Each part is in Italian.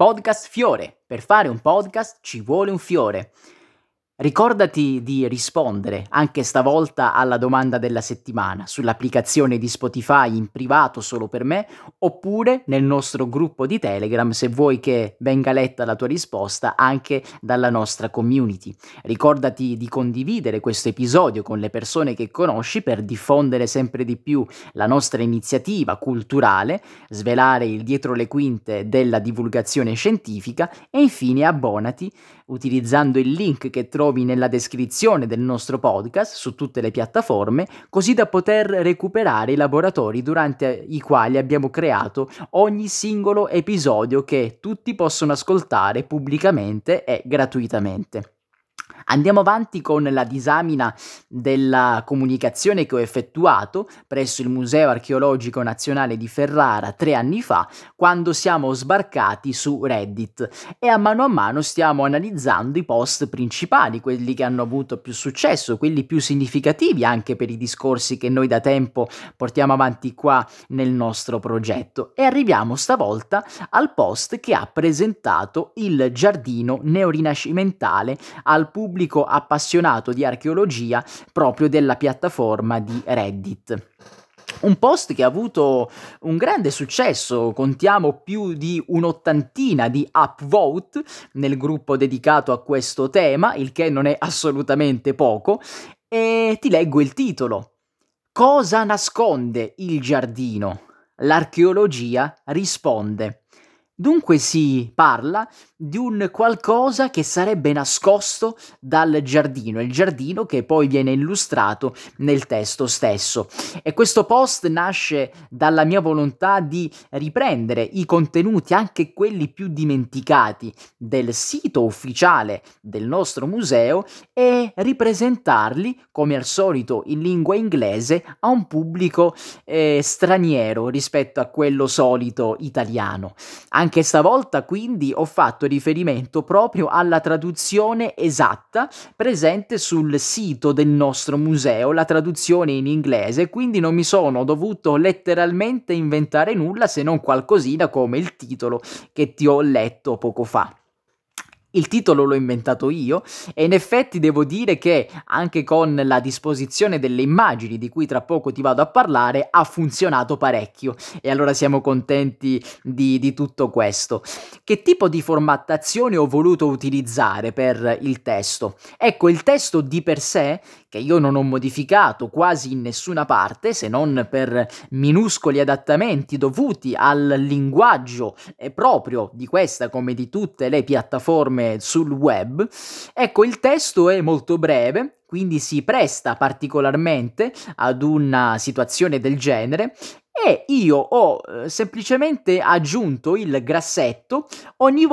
Podcast Fiore. Per fare un podcast ci vuole un fiore. Ricordati di rispondere anche stavolta alla domanda della settimana sull'applicazione di Spotify in privato solo per me, oppure nel nostro gruppo di Telegram se vuoi che venga letta la tua risposta anche dalla nostra community. Ricordati di condividere questo episodio con le persone che conosci per diffondere sempre di più la nostra iniziativa culturale, svelare il dietro le quinte della divulgazione scientifica e infine abbonati utilizzando il link che trovi nella descrizione del nostro podcast su tutte le piattaforme, così da poter recuperare i laboratori durante i quali abbiamo creato ogni singolo episodio che tutti possono ascoltare pubblicamente e gratuitamente. Andiamo avanti con la disamina della comunicazione che ho effettuato presso il Museo Archeologico Nazionale di Ferrara 3 anni fa, quando siamo sbarcati su Reddit, e a mano stiamo analizzando i post principali, quelli che hanno avuto più successo, quelli più significativi anche per i discorsi che noi da tempo portiamo avanti qua nel nostro progetto. E arriviamo stavolta al post che ha presentato il giardino neorinascimentale al pubblico appassionato di archeologia proprio della piattaforma di Reddit. Un post che ha avuto un grande successo, contiamo più di un'ottantina di upvote nel gruppo dedicato a questo tema, il che non è assolutamente poco, e ti leggo il titolo. Cosa nasconde il giardino? L'archeologia risponde. Dunque si parla di un qualcosa che sarebbe nascosto dal giardino, il giardino che poi viene illustrato nel testo stesso. E questo post nasce dalla mia volontà di riprendere i contenuti, anche quelli più dimenticati, del sito ufficiale del nostro museo e ripresentarli, come al solito in lingua inglese, a un pubblico straniero rispetto a quello solito italiano. Anche stavolta quindi ho fatto riferimento proprio alla traduzione esatta presente sul sito del nostro museo, la traduzione in inglese, quindi non mi sono dovuto letteralmente inventare nulla se non qualcosina come il titolo che ti ho letto poco fa. Il titolo l'ho inventato io e in effetti devo dire che anche con la disposizione delle immagini di cui tra poco ti vado a parlare ha funzionato parecchio e allora siamo contenti di tutto questo. Che tipo di formattazione ho voluto utilizzare per il testo? Ecco, il testo di per sé, che io non ho modificato quasi in nessuna parte se non per minuscoli adattamenti dovuti al linguaggio proprio di questa come di tutte le piattaforme sul web. Ecco, il testo è molto breve, quindi si presta particolarmente ad una situazione del genere e io ho semplicemente aggiunto il grassetto ogni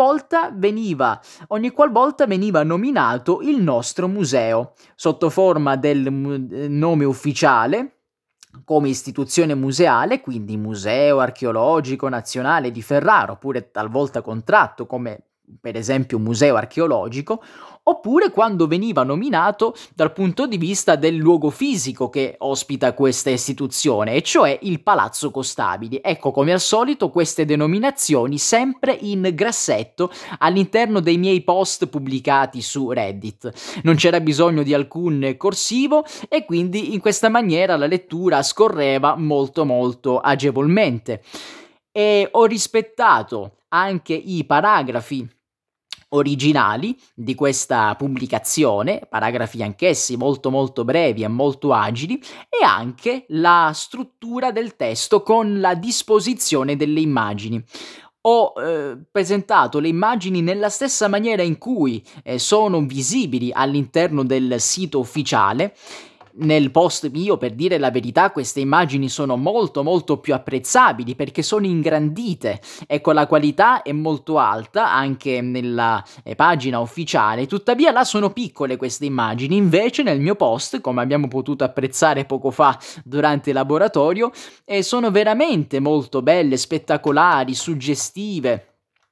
qualvolta veniva nominato il nostro museo sotto forma del nome ufficiale come istituzione museale, quindi Museo Archeologico Nazionale di Ferrara, oppure talvolta contratto come per esempio Museo Archeologico, oppure quando veniva nominato dal punto di vista del luogo fisico che ospita questa istituzione, e cioè il Palazzo Costabili. Ecco, come al solito, queste denominazioni sempre in grassetto all'interno dei miei post pubblicati su Reddit. Non c'era bisogno di alcun corsivo e quindi in questa maniera la lettura scorreva molto agevolmente. E ho rispettato anche i paragrafi originali di questa pubblicazione, paragrafi anch'essi molto brevi e molto agili, e anche la struttura del testo con la disposizione delle immagini. Ho presentato le immagini nella stessa maniera in cui sono visibili all'interno del sito ufficiale. Nel post mio, per dire la verità, queste immagini sono molto più apprezzabili perché sono ingrandite. Ecco, la qualità è molto alta anche nella pagina ufficiale, tuttavia là sono piccole queste immagini. Invece nel mio post, come abbiamo potuto apprezzare poco fa durante il laboratorio, sono veramente molto belle, spettacolari, suggestive.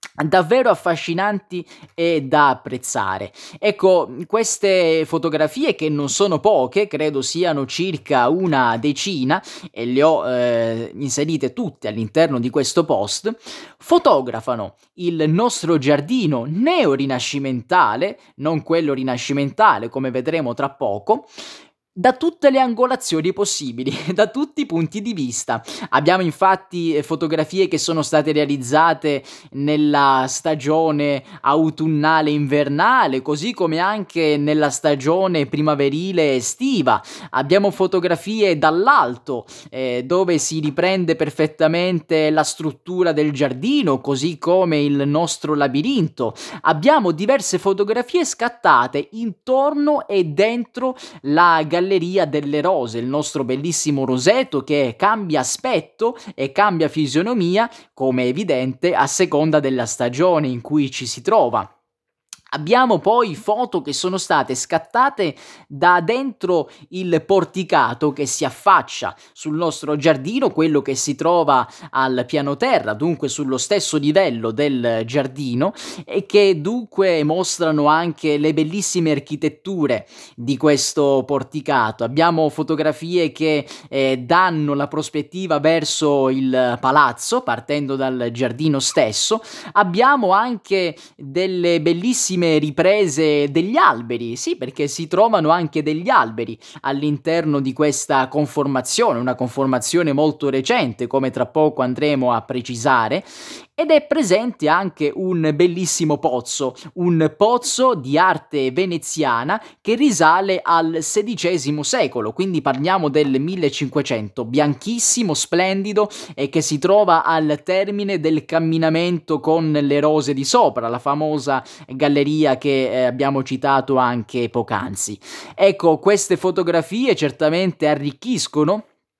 davvero affascinanti e da apprezzare. Ecco, queste fotografie, che non sono poche, credo siano circa una decina e le ho inserite tutte all'interno di questo post, fotografano il nostro giardino neorinascimentale, non quello rinascimentale come vedremo tra poco, da tutte le angolazioni possibili, da tutti i punti di vista. Abbiamo infatti fotografie che sono state realizzate nella stagione autunnale invernale, così come anche nella stagione primaverile estiva. Abbiamo fotografie dall'alto, dove si riprende perfettamente la struttura del giardino, così come il nostro labirinto. Abbiamo diverse fotografie scattate intorno e dentro la galleria delle rose, il nostro bellissimo roseto che cambia aspetto e cambia fisionomia, come è evidente, a seconda della stagione in cui ci si trova. Abbiamo poi foto che sono state scattate da dentro il porticato che si affaccia sul nostro giardino, quello che si trova al piano terra, dunque sullo stesso livello del giardino, e che dunque mostrano anche le bellissime architetture di questo porticato. Abbiamo fotografie che danno la prospettiva verso il palazzo, partendo dal giardino stesso. Abbiamo anche delle bellissime riprese degli alberi, sì, perché si trovano anche degli alberi all'interno di questa conformazione, una conformazione molto recente, come tra poco andremo a precisare, ed è presente anche un bellissimo pozzo, un pozzo di arte veneziana che risale al XVI secolo, quindi parliamo del 1500, bianchissimo, splendido e che si trova al termine del camminamento con le rose di sopra, la famosa galleria che abbiamo citato anche poc'anzi. Ecco, queste fotografie certamente arricchiscono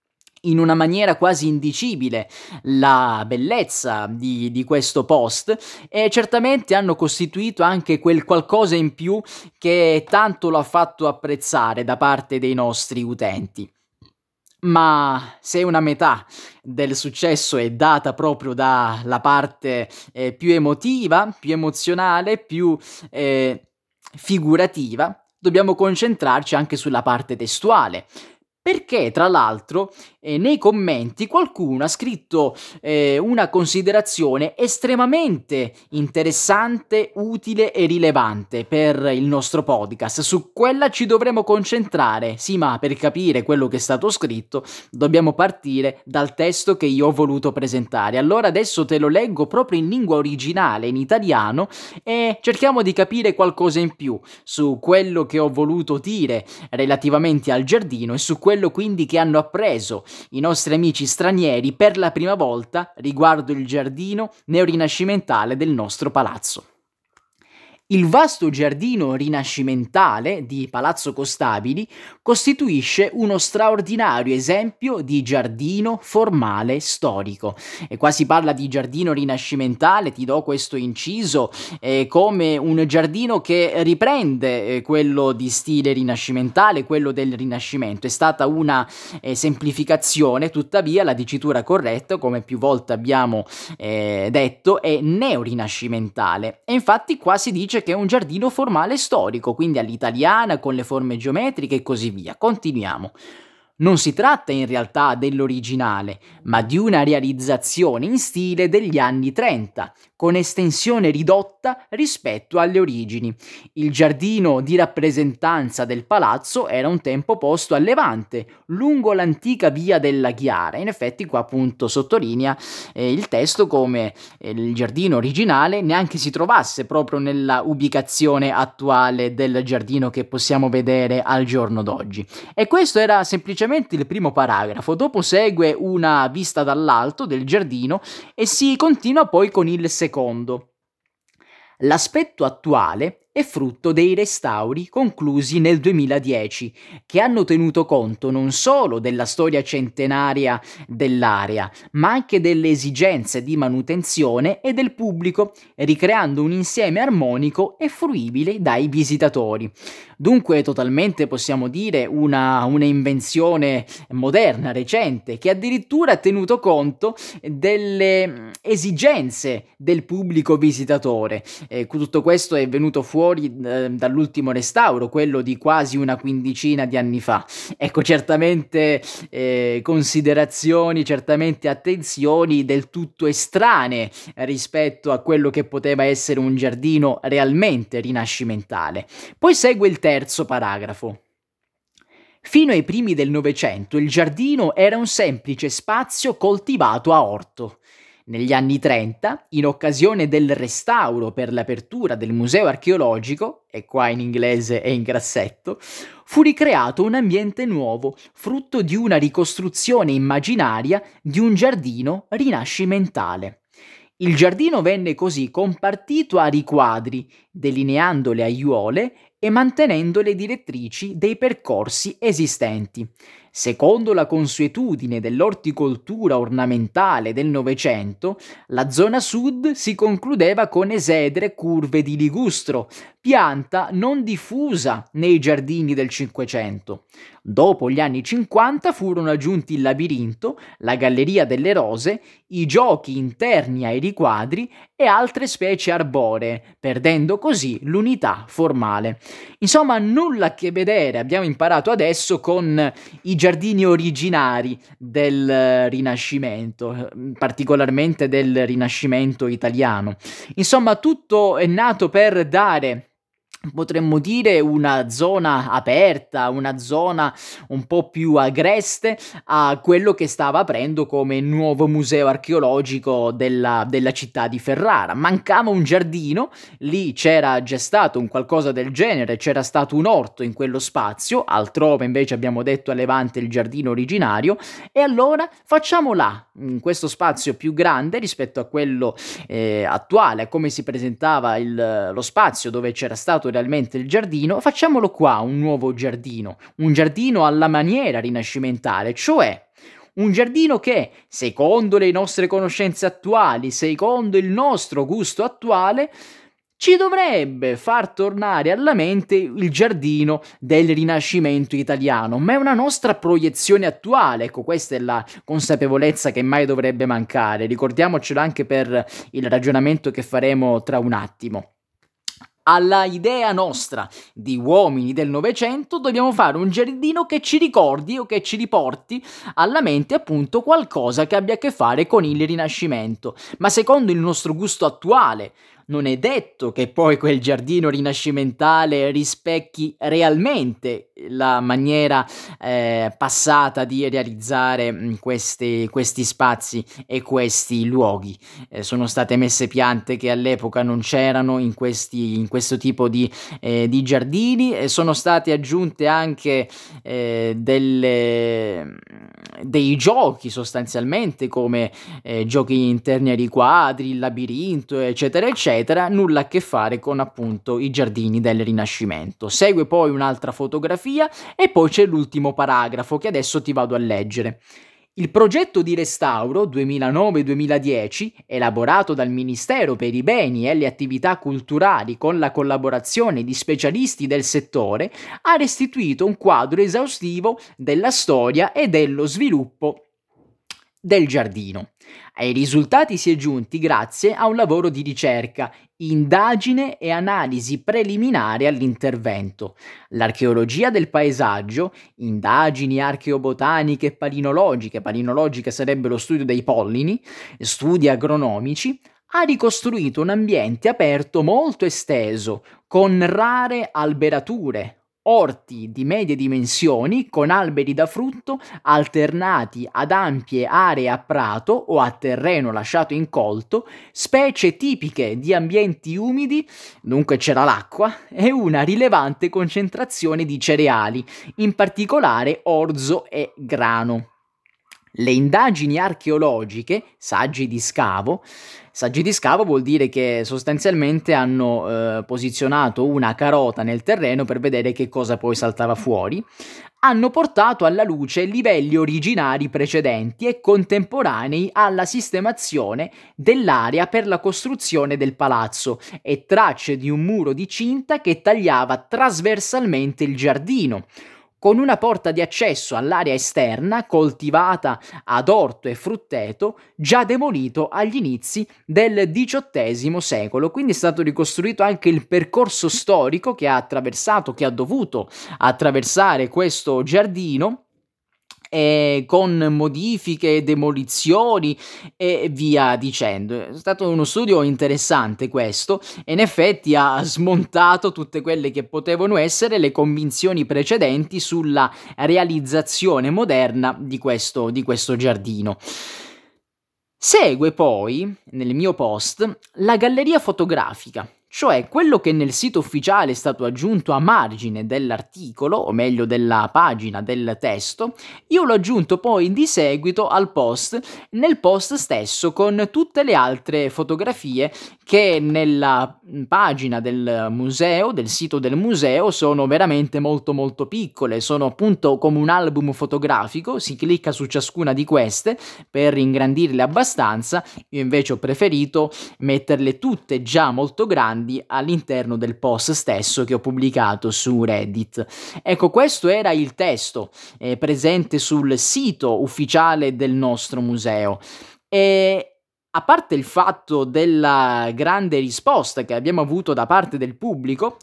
in una maniera quasi indicibile la bellezza di questo post, e certamente hanno costituito anche quel qualcosa in più che tanto lo ha fatto apprezzare da parte dei nostri utenti. Ma se una metà del successo è data proprio dalla parte più emotiva, più emozionale, più figurativa, dobbiamo concentrarci anche sulla parte testuale. Perché, tra l'altro, nei commenti qualcuno ha scritto una considerazione estremamente interessante, utile e rilevante per il nostro podcast. Su quella ci dovremo concentrare. Sì, ma per capire quello che è stato scritto dobbiamo partire dal testo che io ho voluto presentare. Allora adesso te lo leggo proprio in lingua originale, in italiano, e cerchiamo di capire qualcosa in più su quello che ho voluto dire relativamente al giardino e su quello quindi che hanno appreso i nostri amici stranieri per la prima volta riguardo il giardino neorinascimentale del nostro palazzo. Il vasto giardino rinascimentale di Palazzo Costabili costituisce uno straordinario esempio di giardino formale storico. E qua si parla di giardino rinascimentale, ti do questo inciso, come un giardino che riprende quello di stile rinascimentale, quello del Rinascimento. È stata una semplificazione, tuttavia la dicitura corretta, come più volte abbiamo detto, è neorinascimentale. E infatti qua si dice che è un giardino formale storico, quindi all'italiana, con le forme geometriche e così via. Continuiamo. Non si tratta in realtà dell'originale, ma di una realizzazione in stile degli anni 30, con estensione ridotta rispetto alle origini. Il giardino di rappresentanza del palazzo era un tempo posto a levante, lungo l'antica via della Chiara. In effetti qua appunto sottolinea il testo come il giardino originale neanche si trovasse proprio nella ubicazione attuale del giardino che possiamo vedere al giorno d'oggi. E questo era semplicemente il primo paragrafo. Dopo segue una vista dall'alto del giardino e si continua poi con il secondo. L'aspetto attuale è frutto dei restauri conclusi nel 2010, che hanno tenuto conto non solo della storia centenaria dell'area, ma anche delle esigenze di manutenzione e del pubblico, ricreando un insieme armonico e fruibile dai visitatori. Dunque totalmente possiamo dire una invenzione moderna, recente, che addirittura ha tenuto conto delle esigenze del pubblico visitatore. Tutto questo è venuto fuori dall'ultimo restauro, quello di quasi una quindicina di anni fa. Ecco, certamente considerazioni, certamente attenzioni del tutto estranee rispetto a quello che poteva essere un giardino realmente rinascimentale. Poi segue il terzo paragrafo. Fino ai primi del Novecento il giardino era un semplice spazio coltivato a orto. Negli anni 30, in occasione del restauro per l'apertura del museo archeologico, e qua in inglese è in grassetto, fu ricreato un ambiente nuovo, frutto di una ricostruzione immaginaria di un giardino rinascimentale. Il giardino venne così compartito a riquadri, delineando le aiuole e mantenendo le direttrici dei percorsi esistenti. Secondo la consuetudine dell'orticoltura ornamentale del Novecento, la zona sud si concludeva con esedre curve di ligustro, pianta non diffusa nei giardini del Cinquecento. Dopo gli anni 50 furono aggiunti il labirinto, la galleria delle rose, i giochi interni ai riquadri e altre specie arboree, perdendo così l'unità formale. Insomma, nulla a che vedere, abbiamo imparato adesso, con i giardini originari del Rinascimento, particolarmente del Rinascimento italiano. Insomma, tutto è nato per dare, potremmo dire, una zona aperta, una zona un po' più agreste a quello che stava aprendo come nuovo museo archeologico della città di Ferrara. Mancava un giardino, lì c'era già stato un qualcosa del genere, c'era stato un orto in quello spazio, altrove invece abbiamo detto a Levante il giardino originario, e allora facciamo là, in questo spazio più grande rispetto a quello attuale, a come si presentava lo spazio dove c'era stato realmente il giardino, facciamolo qua un nuovo giardino, un giardino alla maniera rinascimentale, cioè un giardino che, secondo le nostre conoscenze attuali, secondo il nostro gusto attuale, ci dovrebbe far tornare alla mente il giardino del Rinascimento italiano, ma è una nostra proiezione attuale. Ecco, questa è la consapevolezza che mai dovrebbe mancare. Ricordiamocelo anche per il ragionamento che faremo tra un attimo. Alla idea nostra di uomini del Novecento dobbiamo fare un giardino che ci ricordi o che ci riporti alla mente appunto qualcosa che abbia a che fare con il Rinascimento, ma secondo il nostro gusto attuale. Non è detto che poi quel giardino rinascimentale rispecchi realmente la maniera passata di realizzare questi spazi e questi luoghi. Sono state messe piante che all'epoca non c'erano in questo tipo di giardini, e sono state aggiunte anche dei giochi sostanzialmente, come giochi interni ai riquadri, il labirinto, eccetera eccetera, nulla a che fare con appunto i giardini del Rinascimento. Segue poi un'altra fotografia e poi c'è l'ultimo paragrafo che adesso ti vado a leggere. Il progetto di restauro 2009-2010, elaborato dal Ministero per i beni e le attività culturali con la collaborazione di specialisti del settore, ha restituito un quadro esaustivo della storia e dello sviluppo del giardino. Ai risultati si è giunti grazie a un lavoro di ricerca, indagine e analisi preliminare all'intervento. L'archeologia del paesaggio, indagini archeobotaniche e palinologiche sarebbe lo studio dei pollini, studi agronomici, ha ricostruito un ambiente aperto molto esteso, con rare alberature, orti di medie dimensioni con alberi da frutto alternati ad ampie aree a prato o a terreno lasciato incolto, specie tipiche di ambienti umidi, dunque c'era l'acqua, e una rilevante concentrazione di cereali, in particolare orzo e grano. Le indagini archeologiche, saggi di scavo vuol dire che sostanzialmente hanno, posizionato una carota nel terreno per vedere che cosa poi saltava fuori, hanno portato alla luce livelli originari precedenti e contemporanei alla sistemazione dell'area per la costruzione del palazzo e tracce di un muro di cinta che tagliava trasversalmente il giardino, con una porta di accesso all'area esterna coltivata ad orto e frutteto, già demolito agli inizi del XVIII secolo. Quindi è stato ricostruito anche il percorso storico che ha attraversato, che ha dovuto attraversare questo giardino, con modifiche, demolizioni e via dicendo. È stato uno studio interessante questo e in effetti ha smontato tutte quelle che potevano essere le convinzioni precedenti sulla realizzazione moderna di questo giardino. Segue poi, nel mio post, la galleria fotografica, cioè quello che nel sito ufficiale è stato aggiunto a margine dell'articolo, o meglio della pagina del testo, io l'ho aggiunto poi di seguito al post, nel post stesso con tutte le altre fotografie che nella pagina del museo, del sito del museo, sono veramente molto molto piccole, sono appunto come un album fotografico, si clicca su ciascuna di queste per ingrandirle abbastanza. Io invece ho preferito metterle tutte già molto grandi all'interno del post stesso che ho pubblicato su Reddit. Ecco, questo era il testo presente sul sito ufficiale del nostro museo. E a parte il fatto della grande risposta che abbiamo avuto da parte del pubblico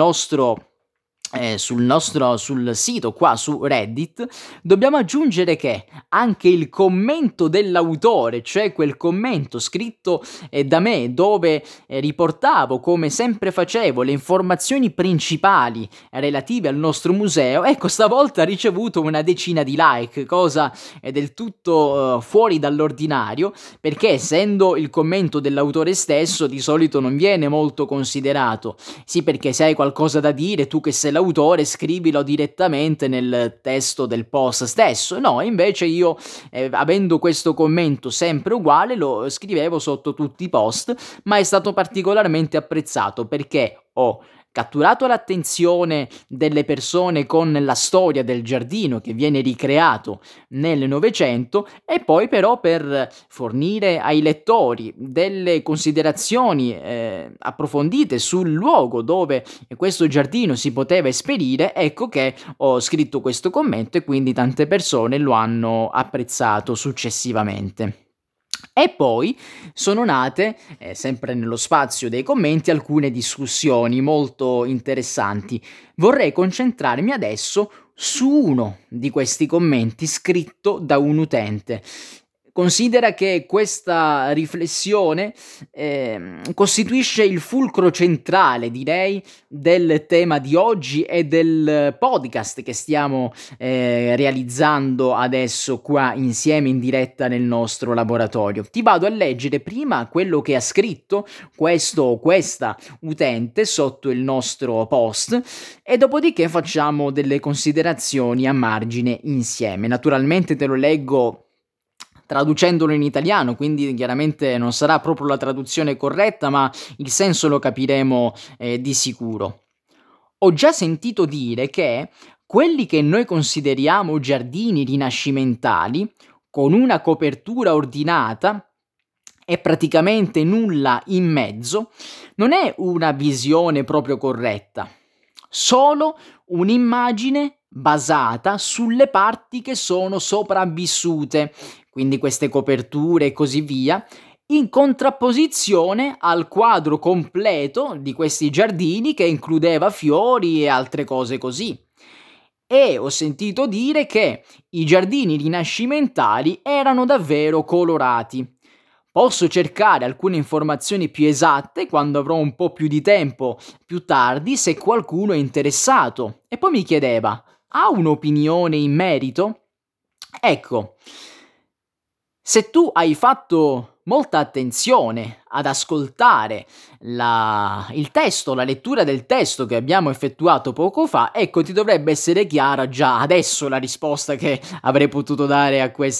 sul sito qua su Reddit, dobbiamo aggiungere che anche il commento dell'autore, cioè quel commento scritto da me dove riportavo, come sempre facevo, le informazioni principali relative al nostro museo, ecco, stavolta ha ricevuto una decina di like, cosa del tutto fuori dall'ordinario, perché essendo il commento dell'autore stesso di solito non viene molto considerato. Sì, perché se hai qualcosa da dire, tu che sei l'autore, scrivilo direttamente nel testo del post stesso. No, invece io, avendo questo commento sempre uguale, lo scrivevo sotto tutti i post, ma è stato particolarmente apprezzato perché ho catturato l'attenzione delle persone con la storia del giardino che viene ricreato nel Novecento e poi però per fornire ai lettori delle considerazioni approfondite sul luogo dove questo giardino si poteva esperire, ecco che ho scritto questo commento e quindi tante persone lo hanno apprezzato successivamente. E poi sono nate, sempre nello spazio dei commenti, alcune discussioni molto interessanti. Vorrei concentrarmi adesso su uno di questi commenti scritto da un utente. Considera che questa riflessione costituisce il fulcro centrale, direi, del tema di oggi e del podcast che stiamo realizzando adesso qua insieme in diretta nel nostro laboratorio. Ti vado a leggere prima quello che ha scritto questo o questa utente sotto il nostro post e dopodiché facciamo delle considerazioni a margine insieme. Naturalmente te lo leggo traducendolo in italiano, quindi chiaramente non sarà proprio la traduzione corretta, ma il senso lo capiremo di sicuro. Ho già sentito dire che quelli che noi consideriamo giardini rinascimentali, con una copertura ordinata e praticamente nulla in mezzo, non è una visione proprio corretta, solo un'immagine basata sulle parti che sono sopravvissute, quindi queste coperture e così via, in contrapposizione al quadro completo di questi giardini che includeva fiori e altre cose così. E ho sentito dire che i giardini rinascimentali erano davvero colorati. Posso cercare alcune informazioni più esatte quando avrò un po' più di tempo più tardi se qualcuno è interessato. E poi mi chiedeva, ha un'opinione in merito? Ecco, se tu hai fatto molta attenzione ad ascoltare il testo, la lettura del testo che abbiamo effettuato poco fa, ecco ti dovrebbe essere chiara già adesso la risposta che avrei potuto dare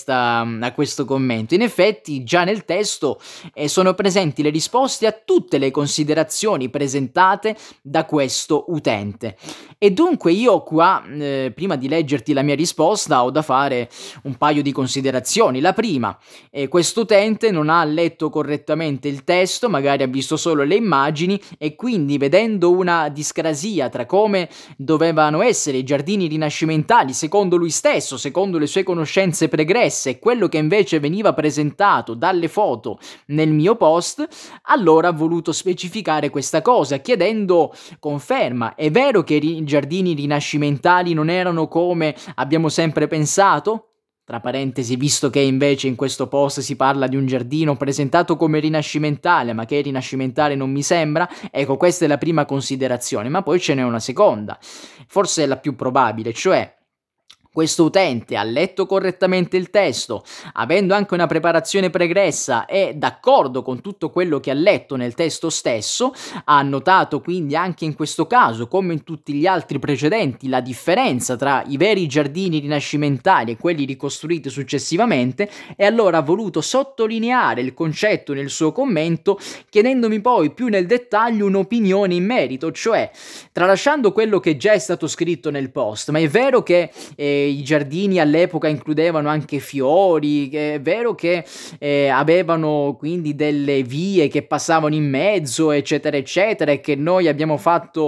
a questo commento. In effetti già nel testo sono presenti le risposte a tutte le considerazioni presentate da questo utente. E dunque io qua, prima di leggerti la mia risposta, ho da fare un paio di considerazioni. La prima, questo utente non ha letto correttamente il testo, magari ha visto solo le immagini e quindi vedendo una discrasia tra come dovevano essere i giardini rinascimentali secondo lui stesso, secondo le sue conoscenze pregresse e quello che invece veniva presentato dalle foto nel mio post, allora ha voluto specificare questa cosa chiedendo conferma. È vero che i giardini rinascimentali non erano come abbiamo sempre pensato? Tra parentesi, visto che invece in questo post si parla di un giardino presentato come rinascimentale, ma che rinascimentale non mi sembra, ecco questa è la prima considerazione, ma poi ce n'è una seconda, forse è la più probabile, cioè questo utente ha letto correttamente il testo, avendo anche una preparazione pregressa e d'accordo con tutto quello che ha letto nel testo stesso, ha notato quindi anche in questo caso, come in tutti gli altri precedenti, la differenza tra i veri giardini rinascimentali e quelli ricostruiti successivamente e allora ha voluto sottolineare il concetto nel suo commento, chiedendomi poi più nel dettaglio un'opinione in merito, cioè tralasciando quello che già è stato scritto nel post, ma è vero che i giardini all'epoca includevano anche fiori, che è vero che avevano quindi delle vie che passavano in mezzo, eccetera, eccetera, e che noi abbiamo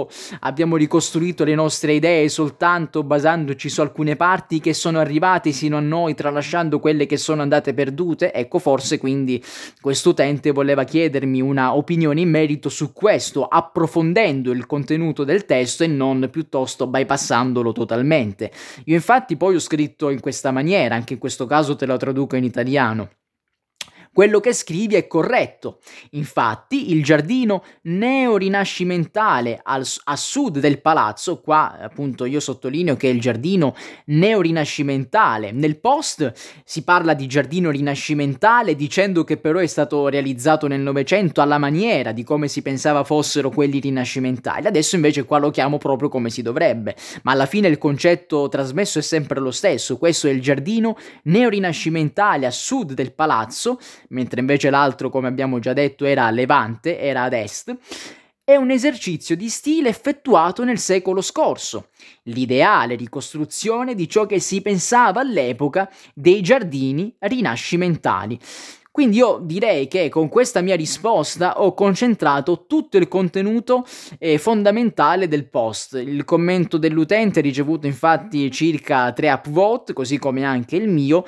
ricostruito le nostre idee soltanto basandoci su alcune parti che sono arrivate sino a noi, tralasciando quelle che sono andate perdute. Ecco, forse quindi quest'utente voleva chiedermi una opinione in merito su questo, approfondendo il contenuto del testo e non piuttosto bypassandolo totalmente. Io infatti poi ho scritto in questa maniera, anche in questo caso te lo traduco in italiano. Quello che scrivi è corretto. Infatti, il giardino neorinascimentale a sud del palazzo, qua appunto io sottolineo che è il giardino neorinascimentale. Nel post si parla di giardino rinascimentale dicendo che però è stato realizzato nel Novecento alla maniera di come si pensava fossero quelli rinascimentali. Adesso invece qua lo chiamo proprio come si dovrebbe, ma alla fine il concetto trasmesso è sempre lo stesso. Questo è il giardino neorinascimentale a sud del palazzo, mentre invece l'altro, come abbiamo già detto, era a levante, era ad est, è un esercizio di stile effettuato nel secolo scorso, l'ideale ricostruzione di ciò che si pensava all'epoca dei giardini rinascimentali. Quindi io direi che con questa mia risposta ho concentrato tutto il contenuto fondamentale del post. Il commento dell'utente ha ricevuto infatti circa 3 upvote, così come anche il mio,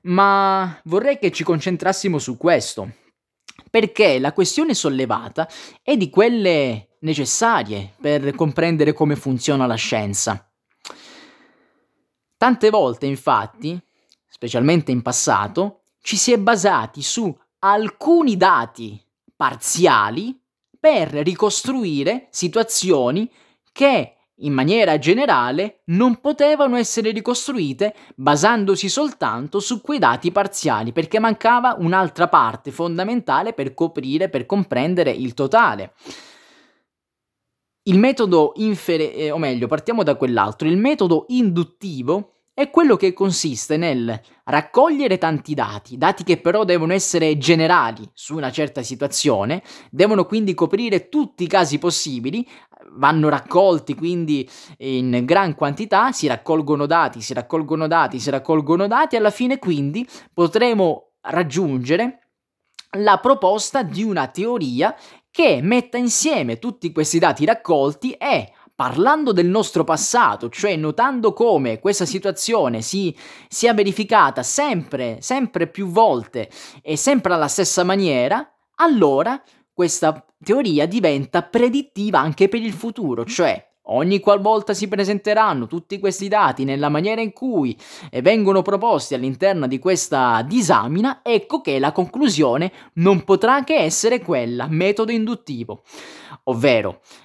ma vorrei che ci concentrassimo su questo, perché la questione sollevata è di quelle necessarie per comprendere come funziona la scienza. Tante volte, infatti, specialmente in passato, ci si è basati su alcuni dati parziali per ricostruire situazioni che in maniera generale non potevano essere ricostruite basandosi soltanto su quei dati parziali, perché mancava un'altra parte fondamentale per coprire, per comprendere il totale. Il metodo o meglio, partiamo da quell'altro. Il metodo induttivo è quello che consiste nel raccogliere tanti dati che però devono essere generali su una certa situazione, devono quindi coprire tutti i casi possibili, vanno raccolti quindi in gran quantità, si raccolgono dati, alla fine quindi potremo raggiungere la proposta di una teoria che metta insieme tutti questi dati raccolti e, parlando del nostro passato, cioè notando come questa situazione sia verificata sempre più volte e sempre alla stessa maniera, allora questa teoria diventa predittiva anche per il futuro, cioè ogni qualvolta si presenteranno tutti questi dati nella maniera in cui vengono proposti all'interno di questa disamina, ecco che la conclusione non potrà che essere quella, metodo induttivo. Ovvero,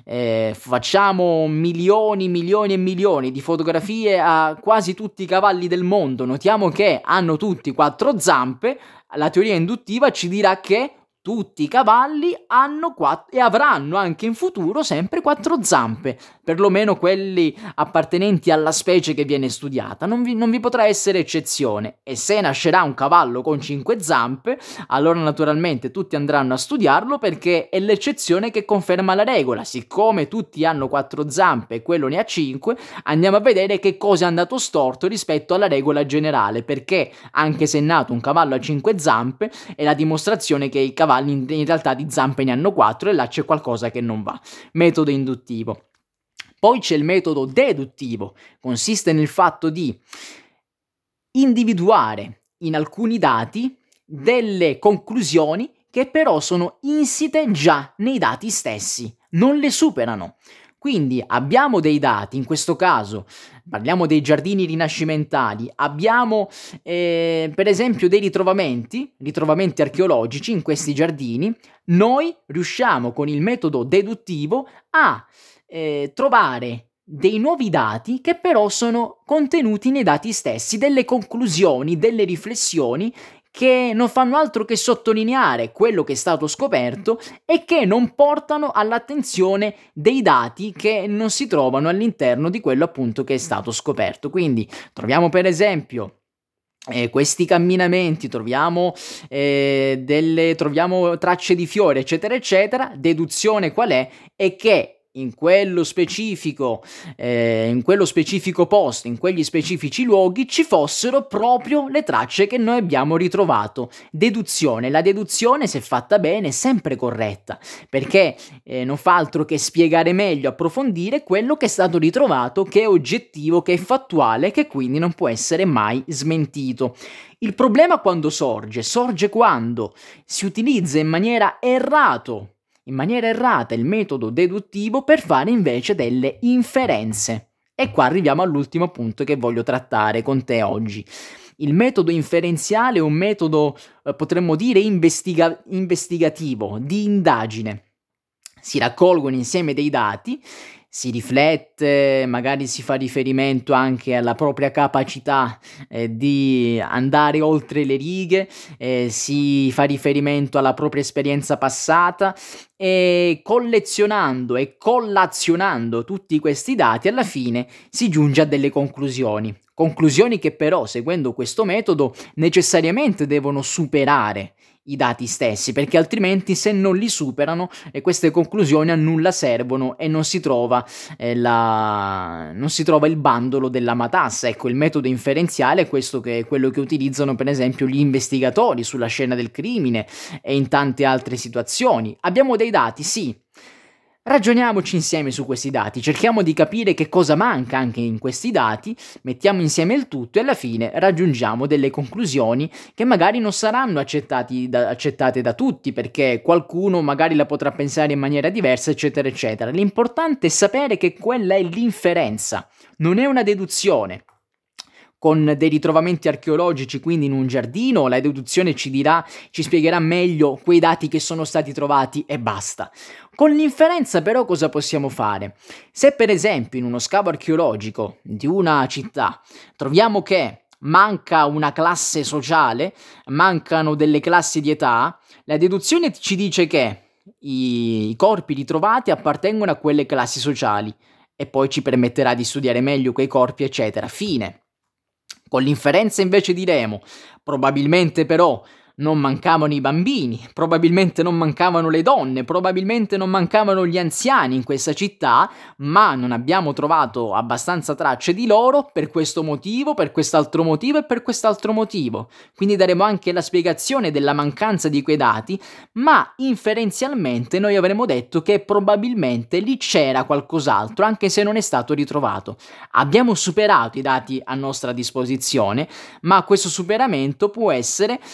facciamo milioni, milioni e milioni di fotografie a quasi tutti i cavalli del mondo, notiamo che hanno tutti 4 zampe, la teoria induttiva ci dirà che tutti i cavalli hanno e avranno anche in futuro sempre 4 zampe, perlomeno quelli appartenenti alla specie che viene studiata. Non vi potrà essere eccezione, e se nascerà un cavallo con 5 zampe, allora naturalmente tutti andranno a studiarlo, perché è l'eccezione che conferma la regola. Siccome tutti hanno 4 zampe e quello ne ha 5, andiamo a vedere che cosa è andato storto rispetto alla regola generale, perché anche se è nato un cavallo a 5 zampe è la dimostrazione che i cavalli in realtà di zampe ne hanno 4 e là c'è qualcosa che non va. Metodo induttivo. Poi c'è il metodo deduttivo, consiste nel fatto di individuare in alcuni dati delle conclusioni che però sono insite già nei dati stessi, non le superano. Quindi abbiamo dei dati, in questo caso parliamo dei giardini rinascimentali, abbiamo per esempio dei ritrovamenti archeologici in questi giardini. Noi riusciamo con il metodo deduttivo a trovare dei nuovi dati che però sono contenuti nei dati stessi, delle conclusioni, delle riflessioni che non fanno altro che sottolineare quello che è stato scoperto e che non portano all'attenzione dei dati che non si trovano all'interno di quello appunto che è stato scoperto. Quindi troviamo per esempio questi camminamenti, troviamo tracce di fiori, eccetera eccetera. Deduzione qual è? È che in quello specifico posto, in quegli specifici luoghi ci fossero proprio le tracce che noi abbiamo ritrovato. Deduzione. La deduzione, se fatta bene, è sempre corretta, perché non fa altro che spiegare meglio, approfondire quello che è stato ritrovato, che è oggettivo, che è fattuale, che quindi non può essere mai smentito. Il problema quando sorge? Sorge quando si utilizza in maniera errata il metodo deduttivo per fare invece delle inferenze. E qua arriviamo all'ultimo punto che voglio trattare con te oggi. Il metodo inferenziale è un metodo, potremmo dire, investigativo, di indagine. Si raccolgono insieme dei dati, si riflette, magari si fa riferimento anche alla propria capacità di andare oltre le righe, si fa riferimento alla propria esperienza passata, e collezionando e collazionando tutti questi dati alla fine si giunge a delle conclusioni. Conclusioni che però, seguendo questo metodo, necessariamente devono superare i dati stessi, perché altrimenti, se non li superano, queste conclusioni a nulla servono e non si trova il bandolo della matassa. Ecco, il metodo inferenziale è quello che utilizzano per esempio gli investigatori sulla scena del crimine e in tante altre situazioni. Abbiamo dei dati, sì. Ragioniamoci insieme su questi dati, cerchiamo di capire che cosa manca anche in questi dati, mettiamo insieme il tutto e alla fine raggiungiamo delle conclusioni che magari non saranno accettate da tutti, perché qualcuno magari la potrà pensare in maniera diversa, eccetera, eccetera. L'importante è sapere che quella è l'inferenza, non è una deduzione. Con dei ritrovamenti archeologici, quindi in un giardino, la deduzione ci spiegherà meglio quei dati che sono stati trovati e basta. Con l'inferenza però cosa possiamo fare? Se per esempio in uno scavo archeologico di una città troviamo che manca una classe sociale, mancano delle classi di età, la deduzione ci dice che i corpi ritrovati appartengono a quelle classi sociali e poi ci permetterà di studiare meglio quei corpi, eccetera. Fine. Con l'inferenza invece diremo, probabilmente però non mancavano i bambini, probabilmente non mancavano le donne, probabilmente non mancavano gli anziani in questa città, ma non abbiamo trovato abbastanza tracce di loro per questo motivo, per quest'altro motivo e per quest'altro motivo. Quindi daremo anche la spiegazione della mancanza di quei dati, ma inferenzialmente noi avremo detto che probabilmente lì c'era qualcos'altro, anche se non è stato ritrovato. Abbiamo superato i dati a nostra disposizione, ma questo superamento può essere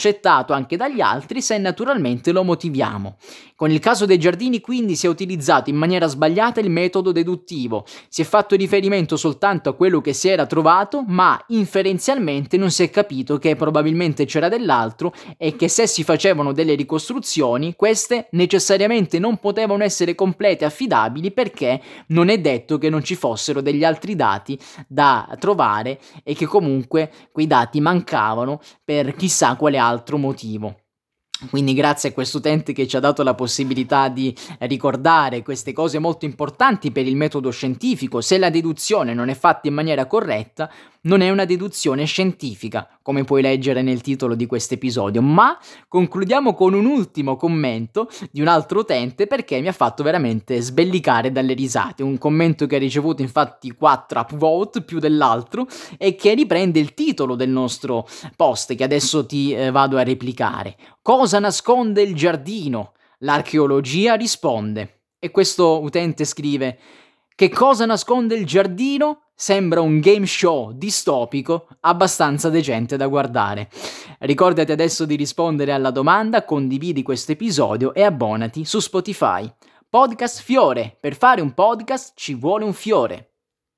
accettato anche dagli altri se naturalmente lo motiviamo. Con il caso dei giardini quindi si è utilizzato in maniera sbagliata il metodo deduttivo, si è fatto riferimento soltanto a quello che si era trovato, ma inferenzialmente non si è capito che probabilmente c'era dell'altro e che se si facevano delle ricostruzioni, queste necessariamente non potevano essere complete e affidabili perché non è detto che non ci fossero degli altri dati da trovare e che comunque quei dati mancavano per chissà quale altro motivo. Quindi grazie a questo utente che ci ha dato la possibilità di ricordare queste cose molto importanti per il metodo scientifico, se la deduzione non è fatta in maniera corretta, non è una deduzione scientifica, come puoi leggere nel titolo di questo episodio. Ma concludiamo con un ultimo commento di un altro utente perché mi ha fatto veramente sbellicare dalle risate. Un commento che ha ricevuto infatti 4 upvote più dell'altro e che riprende il titolo del nostro post che adesso ti vado a replicare. Cosa nasconde il giardino? L'archeologia risponde. E questo utente scrive: che cosa nasconde il giardino? Sembra un game show distopico abbastanza decente da guardare. Ricordati adesso di rispondere alla domanda, condividi questo episodio e abbonati su Spotify. Podcast Fiore. Per fare un podcast ci vuole un fiore.